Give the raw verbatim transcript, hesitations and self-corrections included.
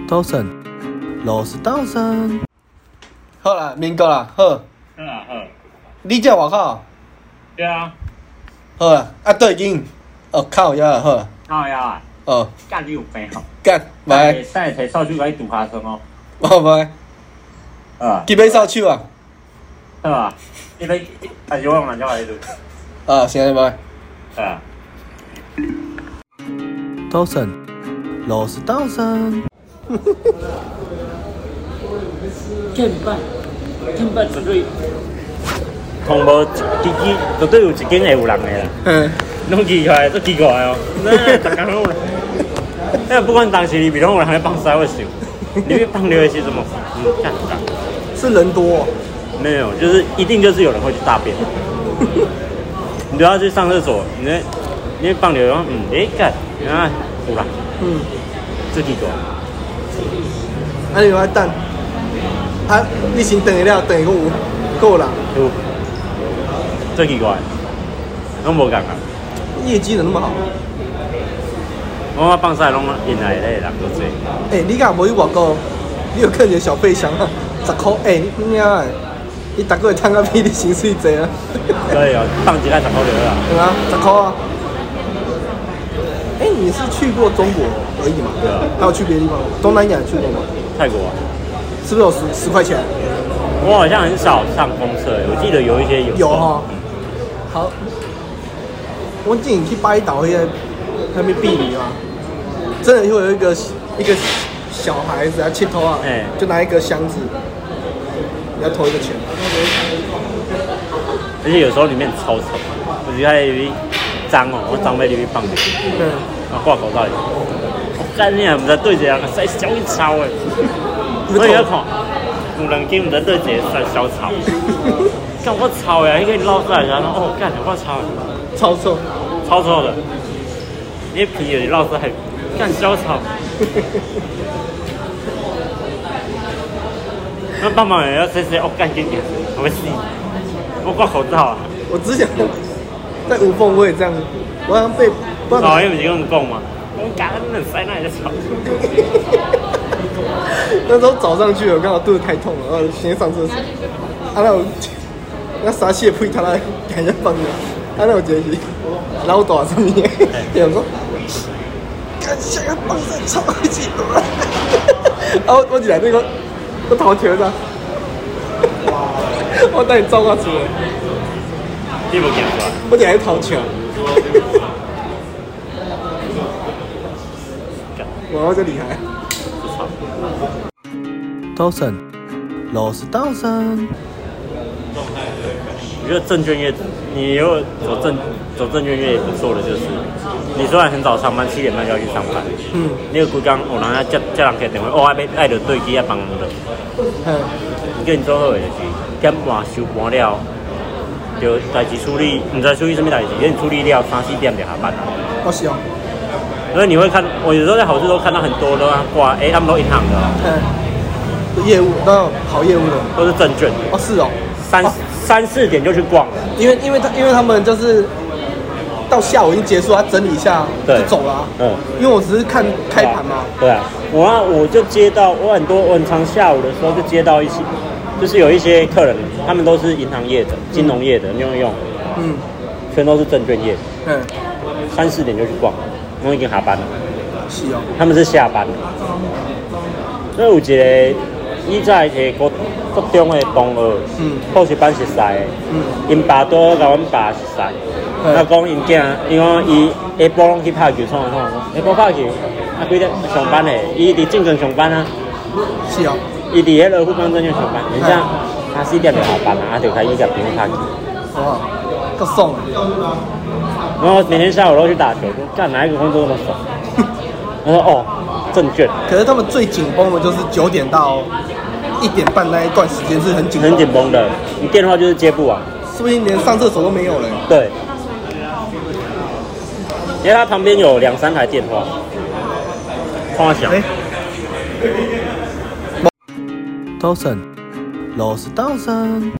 早晨，老师早晨。好啦，民国啦，好。 好啊好。 你在外口？ 对啊。 好啊，啊对经，哦靠腰啊，好啊。 靠腰啊。 哦。 干你有病吼？ 干，来。 会使摕扫帚甲你堵下床哦。 哦，袂。 啊。 去买扫帚啊？ 好啊。你要啊是我用人家来读。 啊，现在袂。 啊。 早晨，老师早晨。 欠办，欠办绝对，同无一支支绝对有一间会有人的啦。嗯。拢奇怪，足奇怪哦。那逐工拢有。那不管当时里面拢有人在放屎，我想，里面放流的是什么？嗯，干干。 是人多、哦。 没有，就是一定就是有人会去大便。你不要去上厕所，你那，你那放流，然后嗯，哎干，原来有人。嗯。足奇怪。 啊，你有爱等？啊，你先等一了，等一个有够人。 有。最奇怪，拢无共啊。 业绩怎么那么好？ 我放屎拢引来咧人都多。 哎、欸，你敢无去外国？你有看见小费箱啊？十块，哎、欸，你娘哎！你逐个月赚个比你薪水多啊？ 可以哦，放几块十块就好啦。 对啊，十块啊。哎、欸，你是去过中国而已嘛？ 对啊。 还有去别的地方？东南亚去过吗？ 泰国啊。 是不是有十十块钱？ 我好像很少上公车，我记得有一些有。 有哈、哦。好。我之前去巴厘岛那个那边避雨嘛，真的会有一个一个小孩子啊，剃头啊，欸、就拿一个箱子，你要投一个钱。 而且有时候里面超臭，我觉得还有一脏哦，我脏在里面放进去，嗯，然后挂口罩里。我干你啊，唔知对一个人使小一臭诶，我而家看，有人叫唔知对一个使小臭，干我臭呀，迄个捞出来然后哦干我臭。 超臭， 超臭的，你皮也绕出来，干小草。那帮忙也要谁谁哦干点点，我死，我挂口罩啊。 我之前在无缝我也这样，我好像被， 哦，因为不是跟你讲嘛，我干那塞那里在吵。 那时候早上去，我刚好肚子太痛了，然后先上厕所，啊那我那啥血呸他来赶紧放掉。啊，那有结局，老大上面，有人说，看下个放在超级多，然后我起来那个，我头球上，我带你照我出来， 你无见过？ 我起来头球，我这厉害。早晨，老师早晨。 我觉得证券业，你如果走证走证券业也不错的，就是你虽然很早上班，七点半就要去上班，嗯，那个规工有人啊叫叫人开电话，哦，爱要爱着对机啊帮人的，嗯，跟你做好的就是点半收盘了，就代志处理，唔知处理什么代志，等你处理了三四点就下班了。 哦是哦， 所以你会看，我有时候在好事都看到很多的挂，哎、欸，他们都银行的， 嗯，业务都有好业务的， 都是证券。 哦是哦， 三。哦三四点就去逛， 因为因为他因为他们就是到下午已经结束，他整理一下就走了、啊。嗯，因为我只是看开盘嘛。 对啊，我啊我就接到我很多我很常下午的时候就接到一些，就是有一些客人，他们都是银行业的、金融业的，用用，嗯，全都是证券业。嗯，三四点就去逛，因为已经下班了。 是哦。他们是下班的，所以有一个。以前是国国中的同学，嗯，补习班熟识的，嗯，因爸都甲阮爸熟识，啊讲因囝，因为伊下晡拢去拍球，创创，下晡拍球，啊几点上班的？伊伫正常上班啊， 是哦， 伊伫迄个富邦证券上班，你像他四点就下班啊，啊就开始甲朋友拍球， 哇，够爽！ 然后每天下午都去打球，干哪一个工作那么爽？他说哦，证券。 可是他们最紧绷的就是九点到一点半那一段时间是很紧， 很紧绷的。你电话就是接不完， 说不定连上厕所都没有了。 对，因为他旁边有两三台电话，放小。 早晨，老师早晨。